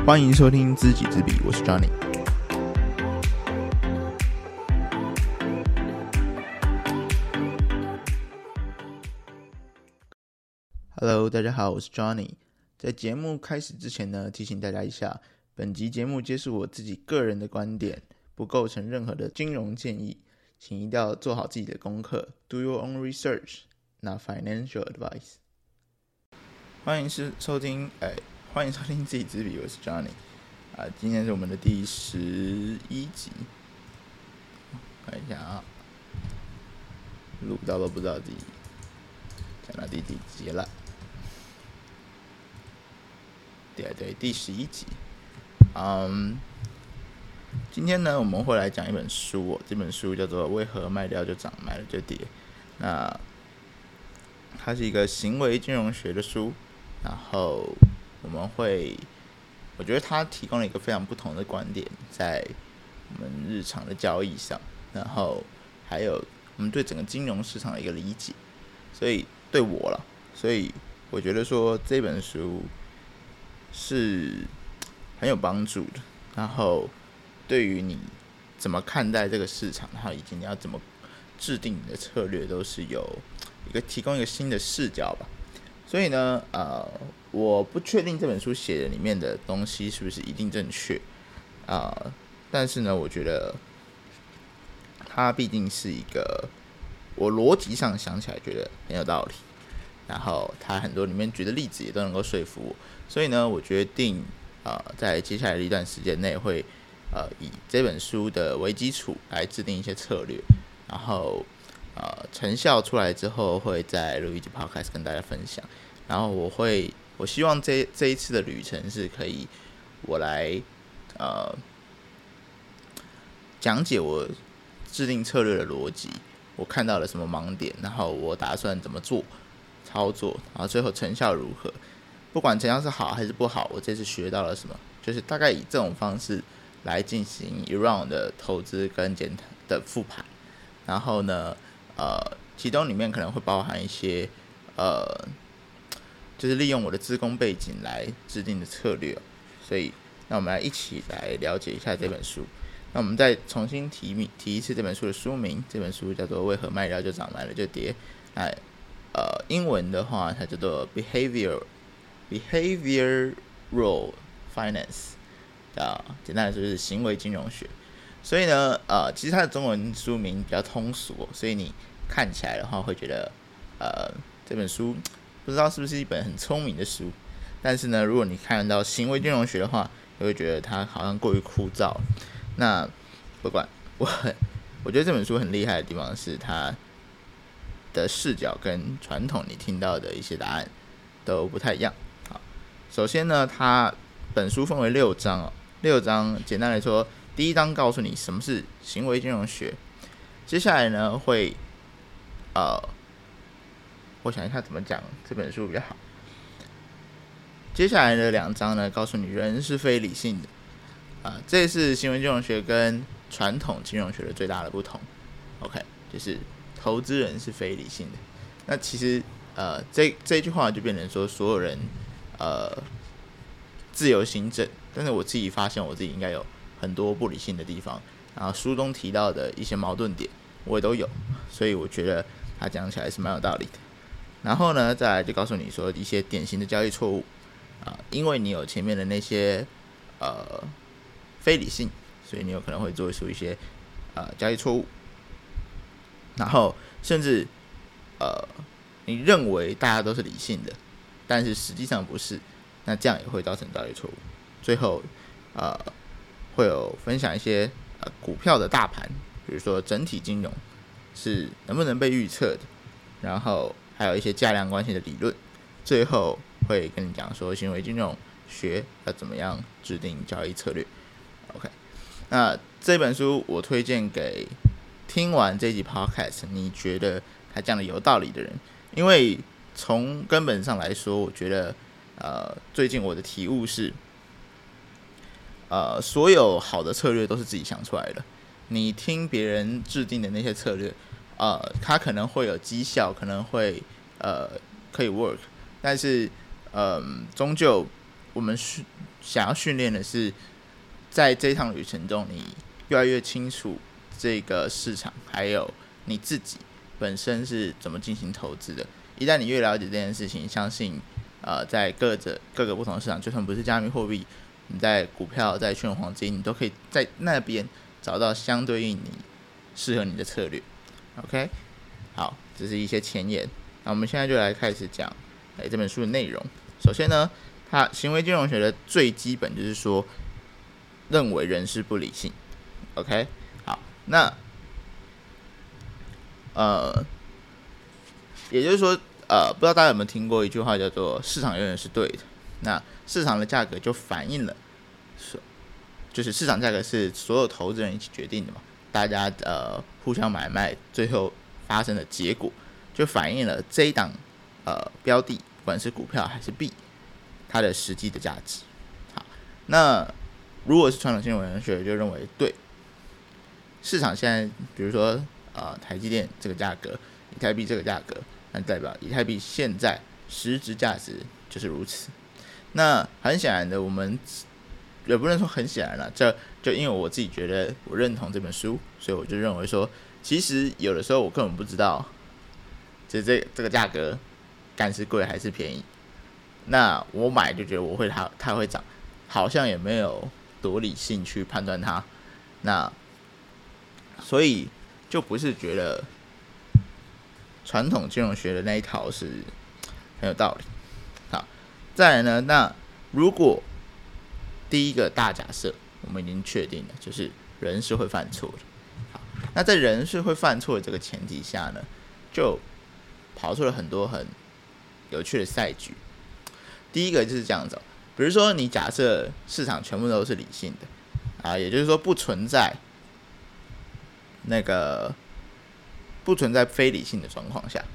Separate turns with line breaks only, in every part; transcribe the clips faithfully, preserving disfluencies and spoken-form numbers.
欢迎收听知己知彼，我是 Johnny。Hello， 大家好，我是 Johnny。在节目开始之前呢，提醒大家一下，本集节目皆是我自己个人的观点，不构成任何的金融建议，请一定要做好自己的功课 ，Do your own research， not financial advice。欢迎收听，哎，欢迎收听知己知彼，我是 Johnny。啊，今天是我们的第十一集，看一下啊，录到都不知道自己讲到第几集了。对对，第十一集。嗯，今天呢，我们会来讲一本书哦，这本书叫做《为何卖掉就涨，买了就跌》。那它是一个行为金融学的书，然后我们会。我觉得它提供了一个非常不同的观点，在我们日常的交易上，然后还有我们对整个金融市场的一个理解，所以对我啦，所以我觉得说这本书是很有帮助的。然后对于你怎么看待这个市场，然后以及你要怎么制定你的策略，都是有一个提供一个新的视角吧。所以呢，呃，我不确定这本书写的里面的东西是不是一定正确，啊、呃，但是呢，我觉得它毕竟是一个我逻辑上想起来觉得很有道理，然后它很多里面举的例子也都能够说服我，所以呢，我决定呃，在接下来的一段时间内会呃以这本书的为基础来制定一些策略，然后。呃，成效出来之后，会在录一集 podcast 跟大家分享。然后我会，我希望这这一次的旅程是可以我来呃讲解我制定策略的逻辑，我看到了什么盲点，然后我打算怎么做操作，然后最后成效如何。不管成效是好还是不好，我这次学到了什么，就是大概以这种方式来进行一 round 的投资跟检的复盘。然后呢？呃，其中里面可能会包含一些，呃，就是利用我的资工背景来制定的策略，所以，那我们来一起来了解一下这本书。那我们再重新提提一次这本书的书名，这本书叫做《为何卖掉就涨，买了就跌》。那呃，英文的话，它叫做 Behavior Behavioral Finance， 啊，简单来说就是行为金融学。所以呢，呃，其实它的中文书名比较通俗，所以你看起来的话会觉得，呃，这本书不知道是不是一本很聪明的书。但是呢，如果你看到行为金融学的话，你会觉得它好像过于枯燥。那不管我，我觉得这本书很厉害的地方是它的视角跟传统你听到的一些答案都不太一样。好，首先呢，它本书分为六章哦，六章简单来说。第一章告诉你什么是行为金融学，接下来呢会，呃，我想一下怎么讲这本书比较好。接下来的两章呢，告诉你人是非理性的，啊、呃，这是行为金融学跟传统金融学的最大的不同。OK， 就是投资人是非理性的。那其实呃，这这句话就变成说所有人呃自由行政，但是我自己发现我自己应该有。很多不理性的地方，然后书中提到的一些矛盾点，我也都有，所以我觉得他讲起来是蛮有道理的。然后呢，再来就告诉你说一些典型的交易错误啊，因为你有前面的那些呃非理性，所以你有可能会做出一些呃交易错误。然后甚至呃你认为大家都是理性的，但是实际上不是，那这样也会造成交易错误。最后呃。会有分享一些呃股票的大盘，比如说整体金融是能不能被预测的，然后还有一些价量关系的理论，最后会跟你讲说行为金融学要怎么样制定交易策略。OK， 那这本书我推荐给听完这集 Podcast 你觉得他讲的有道理的人，因为从根本上来说，我觉得呃最近我的体悟是。呃，所有好的策略都是自己想出来的。你听别人制定的那些策略，呃，它可能会有绩效，可能会呃可以 work， 但是呃，终究我们想要训练的是，在这一趟旅程中，你越来越清楚这个市场，还有你自己本身是怎么进行投资的。一旦你越了解这件事情，相信呃，在各个各个不同的市场，就算不是加密货币，你在股票、在券黄金，你都可以在那边找到相对应你适合你的策略。OK， 好，这是一些前言。那我们现在就来开始讲，哎，这本书的内容。首先呢，它行为金融学的最基本就是说，认为人是不理性。OK， 好，那呃。也就是说，呃，不知道大家有没有听过一句话叫做"市场永远是对的"。那市场的价格就反映了，就是市场价格是所有投资人一起决定的嘛，大家呃互相买卖，最后发生的结果就反映了这一档呃标的，不管是股票还是币，它的实际的价值。好，那如果是传统金融人学就认为，对，市场现在比如说呃台积电这个价格，以太币这个价格。那代表以太币现在实质价值就是如此。那很显然的，我们也不能说很显然了，这就因为我自己觉得我认同这本书，所以我就认为说，其实有的时候我根本不知道这这这个价格干是贵还是便宜。那我买就觉得我会它它会涨，好像也没有多理性去判断它。那所以就不是觉得传统金融学的那一套是很有道理。好，再来呢，那如果第一个大假设我们已经确定了，就是人是会犯错的。好，那在人是会犯错的这个前提下呢，就跑出了很多很有趣的赛局。第一个就是这样子，比如说你假设市场全部都是理性的啊，也就是说不存在那个。不存在非理性的状况下，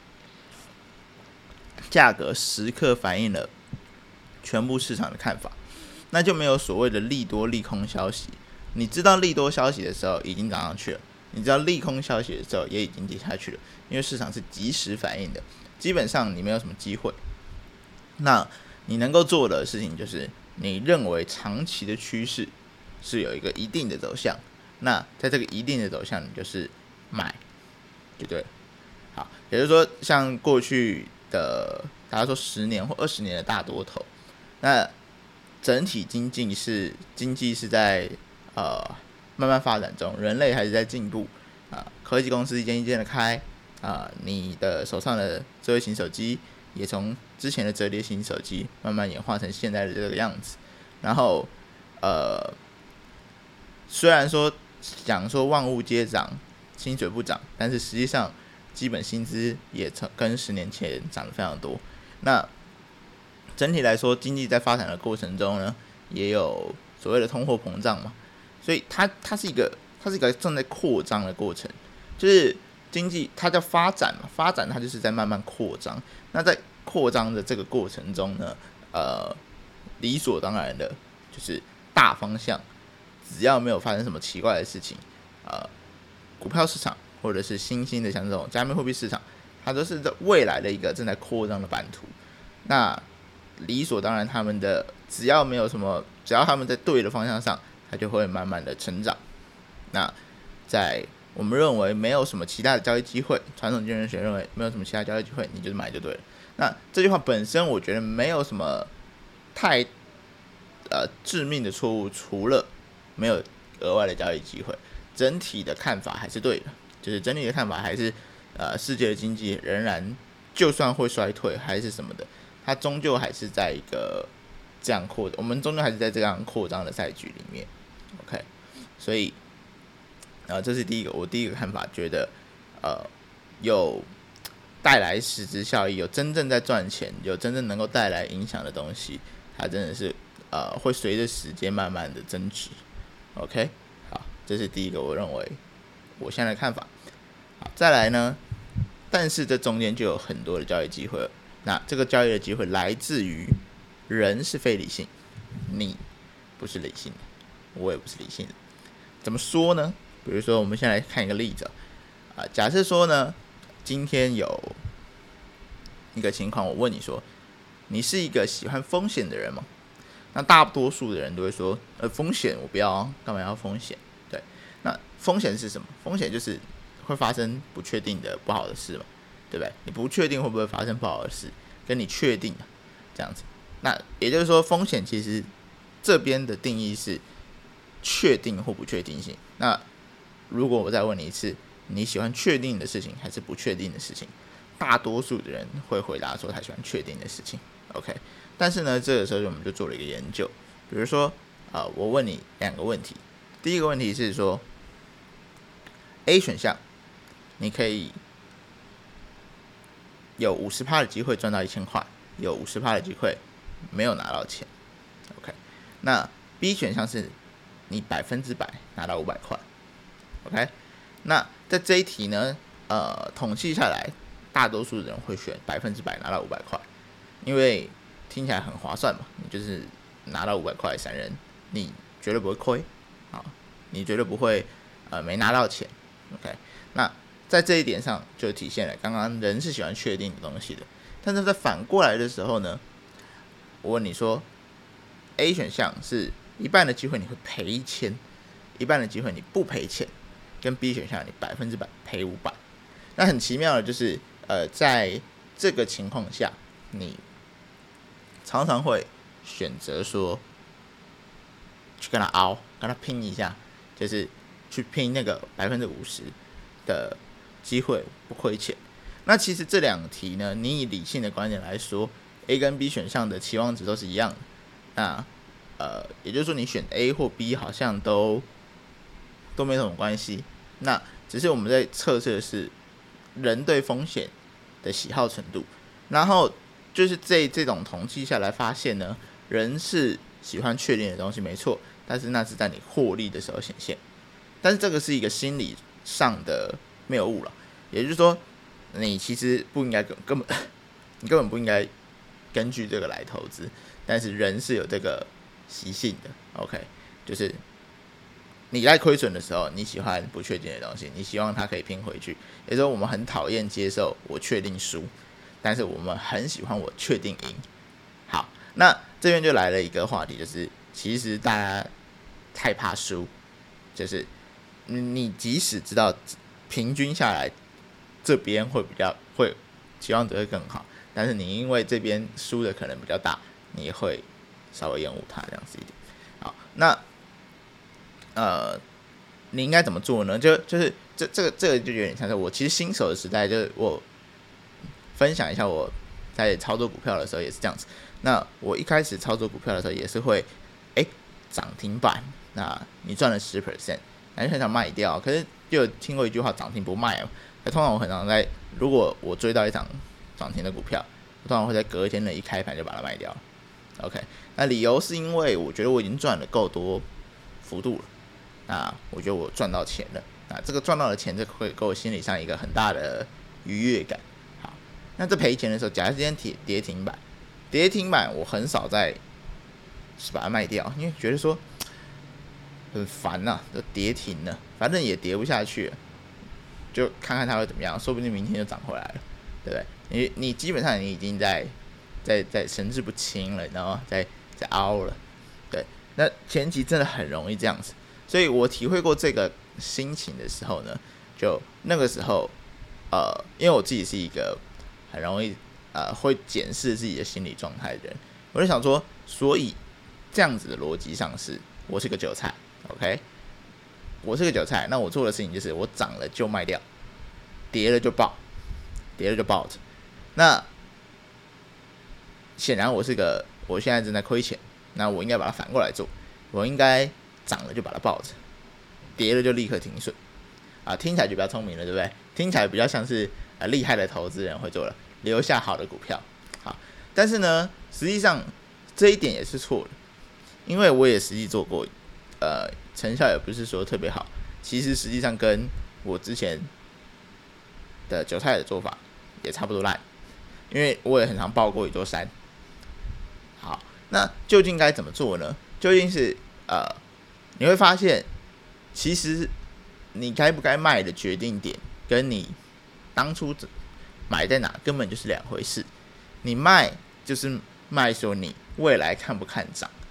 价格时刻反映了全部市场的看法，那就没有所谓的利多利空消息。你知道利多消息的时候已经涨上去了，你知道利空消息的时候也已经跌下去了，因为市场是即时反应的，基本上你没有什么机会。那你能够做的事情就是，你认为长期的趋势是有一个一定的走向，那在这个一定的走向，你就是买。对不对？好，也就是说，像过去的大家说十年或二十年的大多头，那整体经济是经济是在呃慢慢发展中，人类还是在进步啊、呃，科技公司一间一间的开啊、呃，你的手上的智慧型手机也从之前的折叠型手机慢慢演化成现在的这个样子，然后呃，虽然说讲说万物皆涨。薪水不涨，但是实际上基本薪资也跟十年前涨得非常多。那整体来说，经济在发展的过程中呢，也有所谓的通货膨胀嘛，所以它它是一个它是一个正在扩张的过程，就是经济它叫发展嘛，发展它就是在慢慢扩张。那在扩张的这个过程中呢，呃，理所当然的就是大方向，只要没有发生什么奇怪的事情，呃。股票市场或者是新兴的像这种加密货币市场，它都是未来的一个正在扩张的版图。那理所当然，他们的只要没有什么，只要他们在对的方向上，它就会慢慢的成长。那在我们认为没有什么其他的交易机会，传统金融学认为没有什么其他交易机会，你就买就对了。那这句话本身，我觉得没有什么太呃致命的错误，除了没有额外的交易机会。整体的看法还是对的，就是整体的看法还是，呃，世界的经济仍然就算会衰退还是什么的，它终究还是在一个这样扩，我们终究还是在这样扩张的赛局里面 ，OK， 所以，呃，这是第一个，我第一个看法，觉得，呃，有带来实质效益，有真正在赚钱，有真正能够带来影响的东西，它真的是呃会随着时间慢慢的增值 ，OK。这是第一个，我认为我现在的看法。好，再来呢，但是这中间就有很多的交易机会了。那这个交易的机会来自于人是非理性，你不是理性的，我也不是理性的。怎么说呢？比如说，我们先来看一个例子啊、呃，假设说呢，今天有一个情况，我问你说，你是一个喜欢风险的人吗？ 那大多数的人都会说，呃，风险我不要啊，干嘛要风险？对，那风险是什么？风险就是会发生不确定的不好的事嘛，对不对？你不确定会不会发生不好的事，跟你确定的这样子。那也就是说，风险其实这边的定义是确定或不确定性。那如果我再问你一次，你喜欢确定的事情还是不确定的事情？大多数的人会回答说他喜欢确定的事情。OK， 但是呢，这个时候我们就做了一个研究，比如说，呃，我问你两个问题。第一个问题是说 ，A 选项你可以有 百分之五十 的机会赚到一千块，有 百分之五十 的机会没有拿到钱。OK， 那 B 选项是你百分之百拿到五百块。OK， 那在这一题呢，呃，统计下来，大多数人会选百分之百拿到五百块，因为听起来很划算嘛，你就是拿到五百块闪人，你绝对不会亏，啊，你绝对不会呃没拿到钱。OK， 那在这一点上就体现了刚刚人是喜欢确定的东西的，但是在反过来的时候呢，我问你说 ，A 选项是一半的机会你会赔一千，一半的机会你不赔钱。跟 B 选项你百分之百赔五百，那很奇妙的就是，呃，在这个情况下，你常常会选择说去跟他熬，跟他拼一下，就是去拼那个百分之五十的机会不亏钱。那其实这两题呢，你以理性的观点来说 ，A 跟 B 选项的期望值都是一样的。那呃，也就是说你选 A 或 B 好像都都没什么关系。那只是我们在测试的是人对风险的喜好程度，然后就是这这种统计下来发现呢，人是喜欢确定的东西没错，但是那是在你获利的时候显现，但是这个是一个心理上的谬误了，也就是说，你其实不应该根根本你根本不应该根据这个来投资，但是人是有这个习性的 ，OK， 就是你在亏损的时候，你喜欢不确定的东西，你希望它可以拼回去。也就是说，我们很讨厌接受我确定输，但是我们很喜欢我确定赢。好，那这边就来了一个话题，就是其实大家太怕输，就是你即使知道平均下来这边会比较会期望值会更好，但是你因为这边输的可能比较大，你会稍微厌恶它这样子一点。好，那呃，你应该怎么做呢？就就是这这个这个就有点像是我其实新手的时代，就是我分享一下我在操作股票的时候也是这样子。那我一开始操作股票的时候也是会，哎，涨停板，那你赚了十 percent， 那就很想卖掉，可是就有听过一句话，涨停不卖。那通常我很常在，如果我追到一档涨停的股票，我通常会在隔天的一开盘就把它卖掉。OK， 那理由是因为我觉得我已经赚了够多幅度了。那我觉得我赚到钱了，那这个赚到的钱，这会给我心理上一个很大的愉悦感。好，那这赔钱的时候，假设今天跌跌停板，跌停板我很少再是把它卖掉，因为觉得说很烦呐、啊，都跌停了，反正也跌不下去了，就看看它会怎么样，说不定明天就涨回来了，对不对？你你基本上你已经在在在神志不清了，然后在在凹了，对，那前期真的很容易这样子。所以我体会过这个心情的时候呢，就那个时候，呃，因为我自己是一个很容易呃会检视自己的心理状态的人，我就想说，所以这样子的逻辑上是，我是个韭菜 ，OK， 我是个韭菜，那我做的事情就是我涨了就卖掉，跌了就爆，跌了就爆着。那显然我是个，我现在正在亏钱，那我应该把它反过来做，我应该涨了就把它抱着，跌了就立刻停损，啊，听起来就比较聪明了，对不对？听起来比较像是呃厉害的投资人会做的，留下好的股票。好，但是呢，实际上这一点也是错的，因为我也实际做过，呃，成效也不是说特别好。其实实际上跟我之前的韭菜的做法也差不多烂，因为我也很常抱过一座山。好，那究竟该怎么做呢？究竟是呃，你会发现，其实你该不该卖的决定点，跟你当初买在哪根本就是两回事。你卖就是卖说你未来看不看涨，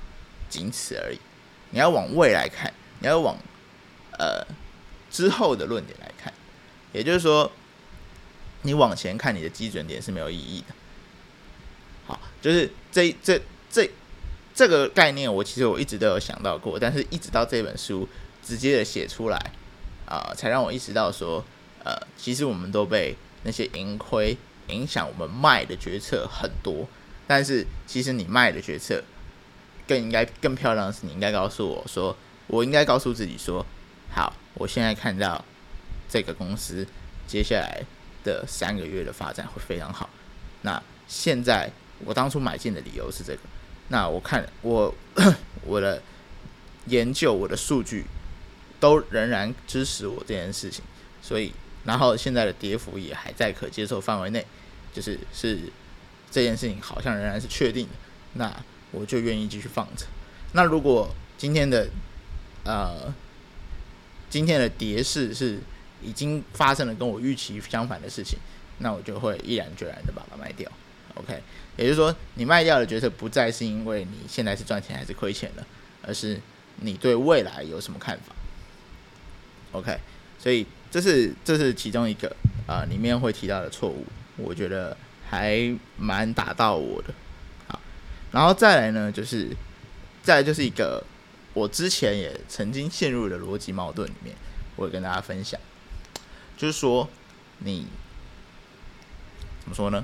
仅此而已。你要往未来看，你要往呃之后的论点来看，也就是说，你往前看你的基准点是没有意义的。好，就是这这这这个概念，我其实我一直都有想到过，但是一直到这本书直接的写出来啊、呃，才让我意识到说，呃，其实我们都被那些盈亏影响我们卖的决策很多，但是其实你卖的决策更应该更漂亮的是，你应该告诉我说，我应该告诉自己说，好，我现在看到这个公司接下来的三个月的发展会非常好。那现在我当初买进的理由是这个，那我看我我的研究、我的数据都仍然支持我这件事情，所以然后现在的跌幅也还在可接受范围内，就是是这件事情好像仍然是确定的，那我就愿意继续放着。那如果今天的呃今天的跌势是已经发生了跟我预期相反的事情，那我就会毅然决然的把它卖掉。OK， 也就是说，你卖掉的决策不再是因为你现在是赚钱还是亏钱了，而是你对未来有什么看法。OK， 所以这是这是其中一个啊、呃、里面会提到的错误，我觉得还蛮打到我的。好，然后再来呢，就是再来就是一个我之前也曾经陷入的逻辑矛盾里面，我会跟大家分享，就是说你怎么说呢？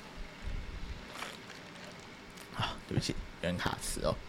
啊，对不起，有点卡词哦。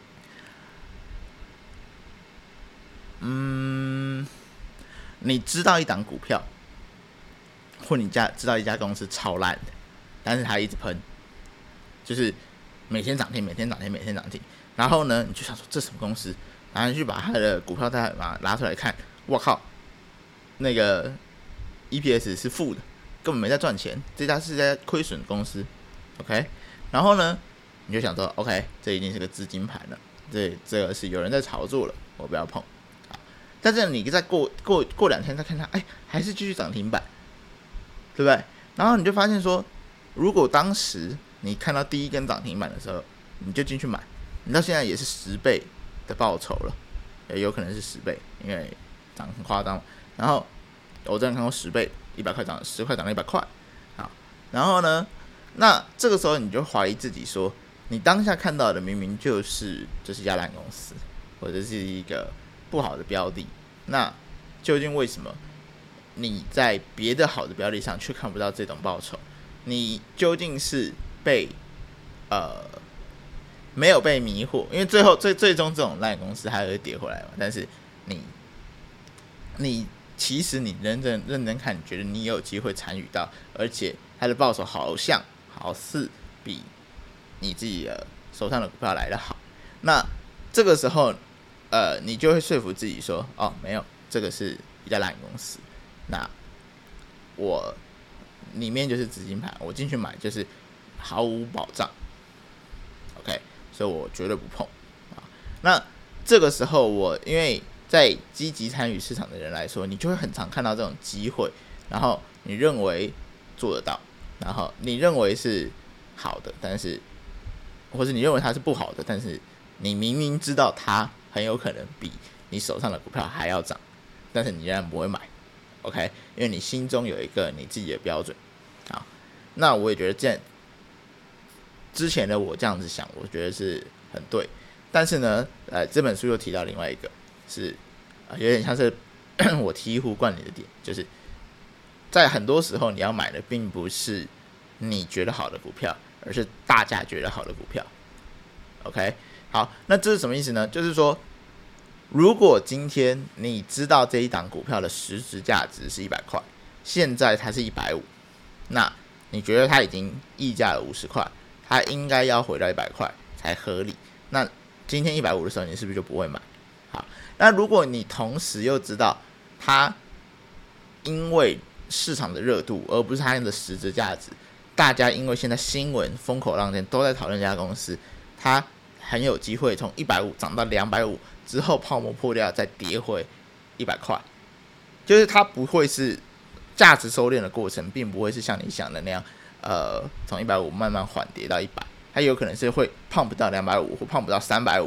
嗯，你知道一档股票，或你家知道一家公司超烂的，但是它一直喷，就是每天涨停，每天涨停，每天涨停。然后呢，你就想说这什么公司？然后你去把它的股票代码拿出来看，我靠，那个 E P S 是负的，根本没在赚钱，这家是在亏损公司。OK， 然后呢，你就想说 ，OK， 这一定是个资金盘了，这这个是有人在炒作了，我不要碰。但是你再过过过两天再看它，哎，还是继续涨停板，对不对？然后你就发现说，如果当时你看到第一根涨停板的时候，你就进去买，你到现在也是十倍的报酬了，也有可能是十倍，因为涨很夸张。然后我之前看过十倍，一百块涨十块涨了一百块，好，然后呢，那这个时候你就怀疑自己说，你当下看到的明明就是这是一家烂公司，或者是一个不好的标的，那究竟为什么你在别的好的标的上却看不到这种报酬？你究竟是被呃没有被迷惑？因为最后最最终这种烂公司还会跌回来嘛。但是你你其实你认真认真看，你觉得你有机会参与到，而且它的报酬好像好似比你自己的手上的股票来得好。那这个时候，呃，你就会说服自己说，哦，没有，这个是一家烂公司。那我里面就是资金盘，我进去买就是毫无保障。OK， 所以我绝对不碰啊。那这个时候我，我因为在积极参与市场的人来说，你就会很常看到这种机会，然后你认为做得到，然后你认为是好的，但是或是你认为它是不好的，但是你明明知道它很有可能比你手上的股票还要涨，但是你仍然不会买。OK， 因为你心中有一个你自己的标准。好，那我也觉得这之前的我这样子想，我觉得是很对。但是呢，呃，这本书又提到另外一个，是呃有点像是我醍醐灌顶的点，就是在很多时候你要买的并不是你觉得好的股票，而是大家觉得好的股票。OK， 好，那这是什么意思呢？就是说，如果今天你知道这一档股票的实质价值是一百块，现在它是一百五，那你觉得它已经溢价了五十块，它应该要回到一百块才合理。那今天一百五的时候，你是不是就不会买？好，那如果你同时又知道它因为市场的热度，而不是它的实质价值，大家因为现在新闻风口浪尖都在讨论这家公司，它很有机会从一百五涨到两百五之后泡沫破掉再跌回一百块，就是它不会是价值收敛的过程，并不会是像你想的那样，呃，从一百五慢慢缓跌到一百，它有可能是会碰不到两百五或碰不到三百五，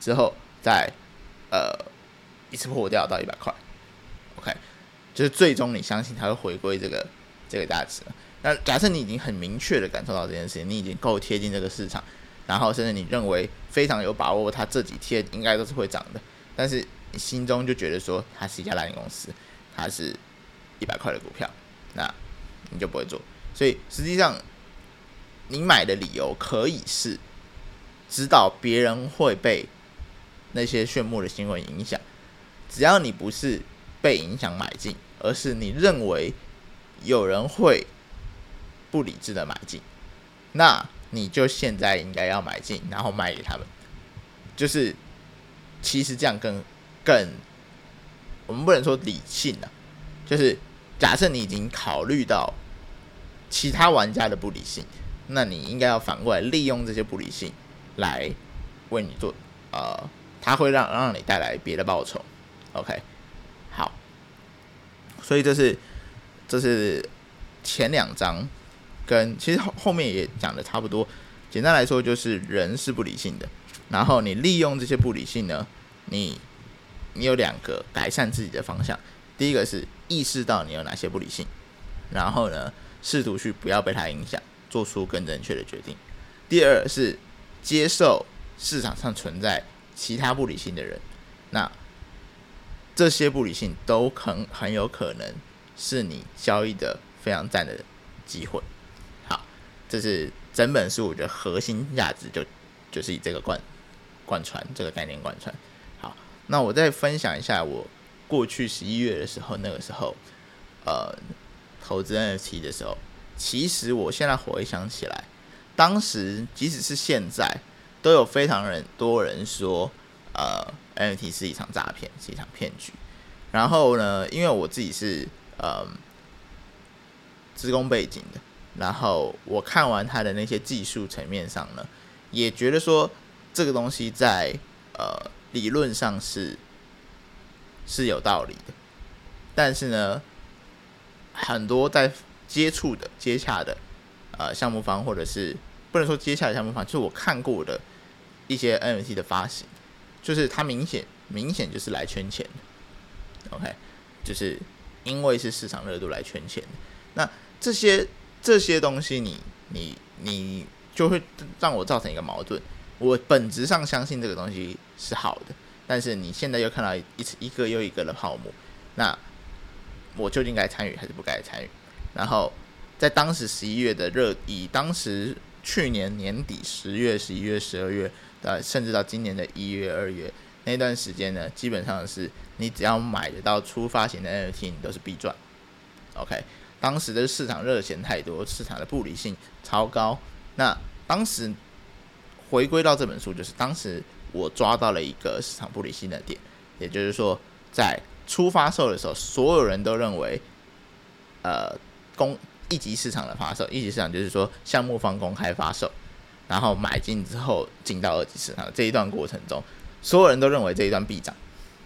之后再呃一次破掉到一百块 ，OK， 就是最终你相信它会回归这个这个价值。那假设你已经很明确的感受到这件事情，你已经够贴近这个市场，然后甚至你认为非常有把握，它这几天应该都是会涨的，但是你心中就觉得说它是一家烂公司，它是一百块的股票，那你就不会做。所以实际上你买的理由可以是知道别人会被那些炫目的新闻影响，只要你不是被影响买进，而是你认为有人会不理智的买进，那你就现在应该要买进，然后卖给他们。就是其实这样更更，我们不能说理性啊，就是假设你已经考虑到其他玩家的不理性，那你应该要反过来利用这些不理性来为你做，呃，它会让让你带来别的报酬。OK， 好，所以这是这是前两章，跟其实后后面也讲的差不多。简单来说，就是人是不理性的，然后你利用这些不理性呢，你你有两个改善自己的方向。第一个是意识到你有哪些不理性，然后呢，试图去不要被它影响，做出更正确的决定。第二是接受市场上存在其他不理性的人，那这些不理性都很很有可能是你交易的非常赞的机会。好，这是整本书我觉得核心价值就就是以这个贯贯穿这个概念贯穿。好，那我再分享一下我过去十一月的时候，那个时候呃投资 N F T 的时候，其实我现在回想起来，当时即使是现在，都有非常人多人说，呃 N F T 是一场诈骗，是一场骗局。然后呢，因为我自己是呃资工背景的，然后我看完它的那些技术层面上呢，也觉得说这个东西在呃理论上是是有道理的，但是呢，很多在接触的接洽的呃项目方，或者是不能说接洽的项目方，就是我看过的一些 N F T 的发行，就是它明显明显就是来圈钱的 ，OK， 就是因为是市场热度来圈钱的。那这些这些东西你，你你你就会让我造成一个矛盾。我本质上相信这个东西是好的，但是你现在又看到一一个又一个的泡沫，那我究竟该参与还是不该参与？然后在当时十一月的热，以当时去年年底十月、十一月、十二月，呃，甚至到今年的一月、二月那段时间呢，基本上是你只要买得到初发行的 N F T， 你都是必赚。OK， 当时的市场热钱太多，市场的不理性超高。那当时回归到这本书，就是当时我抓到了一个市场不理性的点，也就是说，在初发售的时候，所有人都认为，呃，公一级市场的发售，一级市场就是说项目方公开发售，然后买进之后进到二级市场这一段过程中，所有人都认为这一段必涨。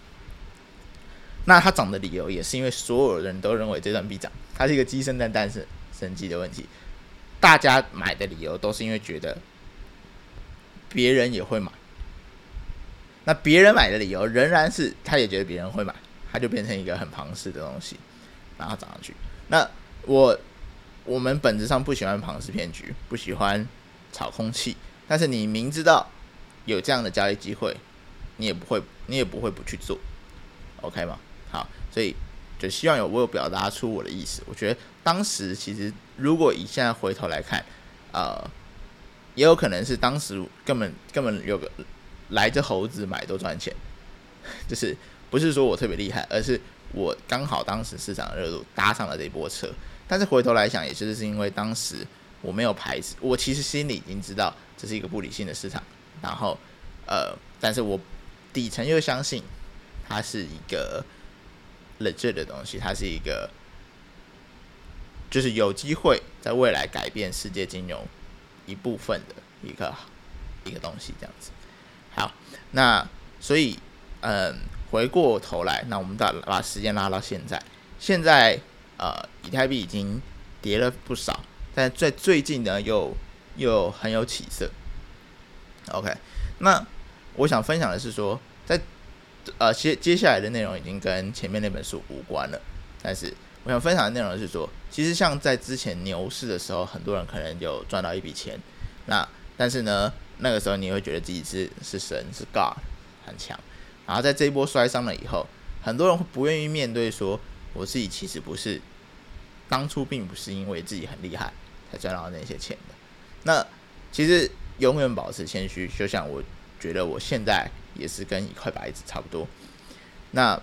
那它涨的理由也是因为所有人都认为这段必涨，它是一个鸡生蛋蛋生鸡的问题。大家买的理由都是因为觉得别人也会买，那别人买的理由仍然是他也觉得别人会买，它就变成一个很庞氏的东西，然后涨上去。那我我们本质上不喜欢庞氏骗局，不喜欢炒空气，但是你明知道有这样的交易机会，你也不会你也不会不去做 ，OK 吗？好，所以就希望有我有表达出我的意思。我觉得当时其实如果以现在回头来看，呃，也有可能是当时根本根本有个来着猴子买都赚钱，就是不是说我特别厉害，而是我刚好当时市场热度搭上了这一波车。但是回头来想，也就是因为当时我没有排斥，我其实心里已经知道这是一个不理性的市场，然后呃，但是我底层又相信它是一个legit 的东西，它是一个就是有机会在未来改变世界金融一部分的一个一个东西，这样子。好，那所以嗯，回过头来，那我们把时间拉到现在，现在呃，以太币已经跌了不少，但在最近呢又又很有起色。OK， 那我想分享的是说，在呃接接下来的内容已经跟前面那本书无关了，但是我想分享的内容是说，其实像在之前牛市的时候，很多人可能有赚到一笔钱，那但是呢，那个时候你会觉得自己是是神是 God 很强，然后在这一波摔伤了以后，很多人会不愿意面对说，我自己其实不是当初并不是因为自己很厉害才赚到那些钱的。那其实永远保持谦虚，就像我觉得我现在也是跟一块白纸差不多。那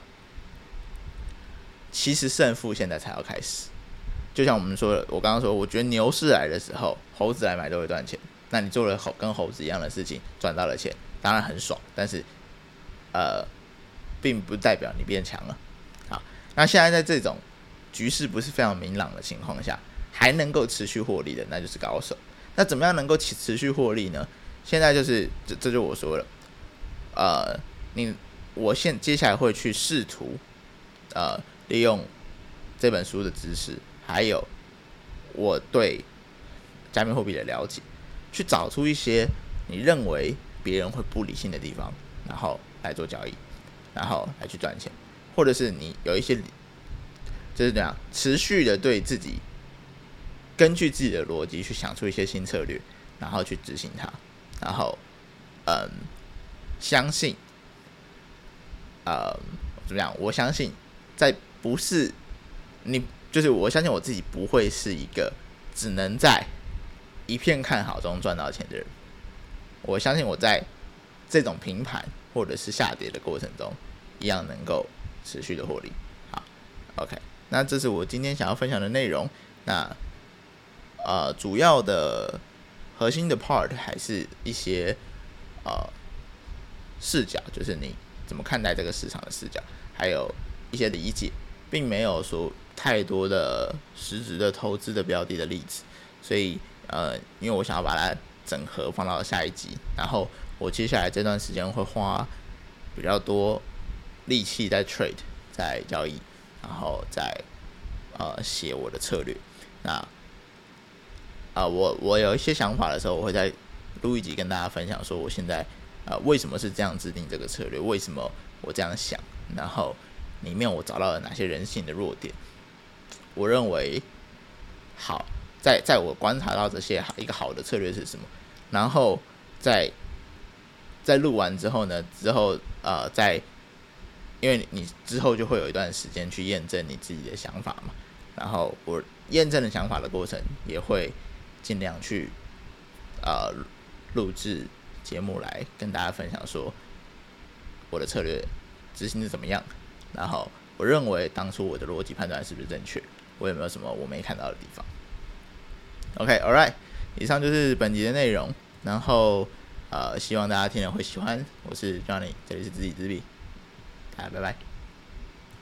其实胜负现在才要开始，就像我们说的，我刚刚说，我觉得牛市来的时候，猴子来买都会赚钱。那你做了跟猴子一样的事情，赚到了钱，当然很爽，但是呃，并不代表你变强了。好，那现在在这种局势不是非常明朗的情况下，还能够持续获利的，那就是高手。那怎么样能够持续获利呢？现在就是这这就我说了，呃，你我现接下来会去试图呃利用这本书的知识，还有我对加密货币的了解，去找出一些你认为别人会不理性的地方，然后来做交易，然后来去赚钱，或者是你有一些就是这样持续的对自己根据自己的逻辑去想出一些新策略，然后去执行它，然后嗯相信呃怎么样？我相信在不是你就是我相信我自己不会是一个只能在一片看好中赚到钱的人。我相信我在这种平盘或者是下跌的过程中，一样能够持续的获利。好 ，OK， 那这是我今天想要分享的内容。那呃，主要的核心的 part 还是一些呃视角，就是你怎么看待这个市场的视角，还有一些理解，并没有说太多的实质的投资的标的的例子，所以呃，因为我想要把它整合放到下一集，然后我接下来这段时间会花比较多力气在 trade 在交易，然后在呃写我的策略。那啊、呃，我我有一些想法的时候，我会再录一集跟大家分享，说我现在呃为什么是这样制定这个策略，为什么我这样想，然后里面我找到了哪些人性的弱点。我认为好，在在我观察到这些一个好的策略是什么，然后在在录完之后呢，之后呃在因为你之后就会有一段时间去验证你自己的想法嘛，然后我验证的想法的过程也会尽量去呃录制节目来跟大家分享说我的策略执行是怎么样，然后我认为当初我的逻辑判断是不是正确，我有没有什么我没看到的地方。OK，Alright，、okay, 以上就是本集的内容，然后呃希望大家听了会喜欢。我是 Johnny， 这里是知己知彼，大家拜拜。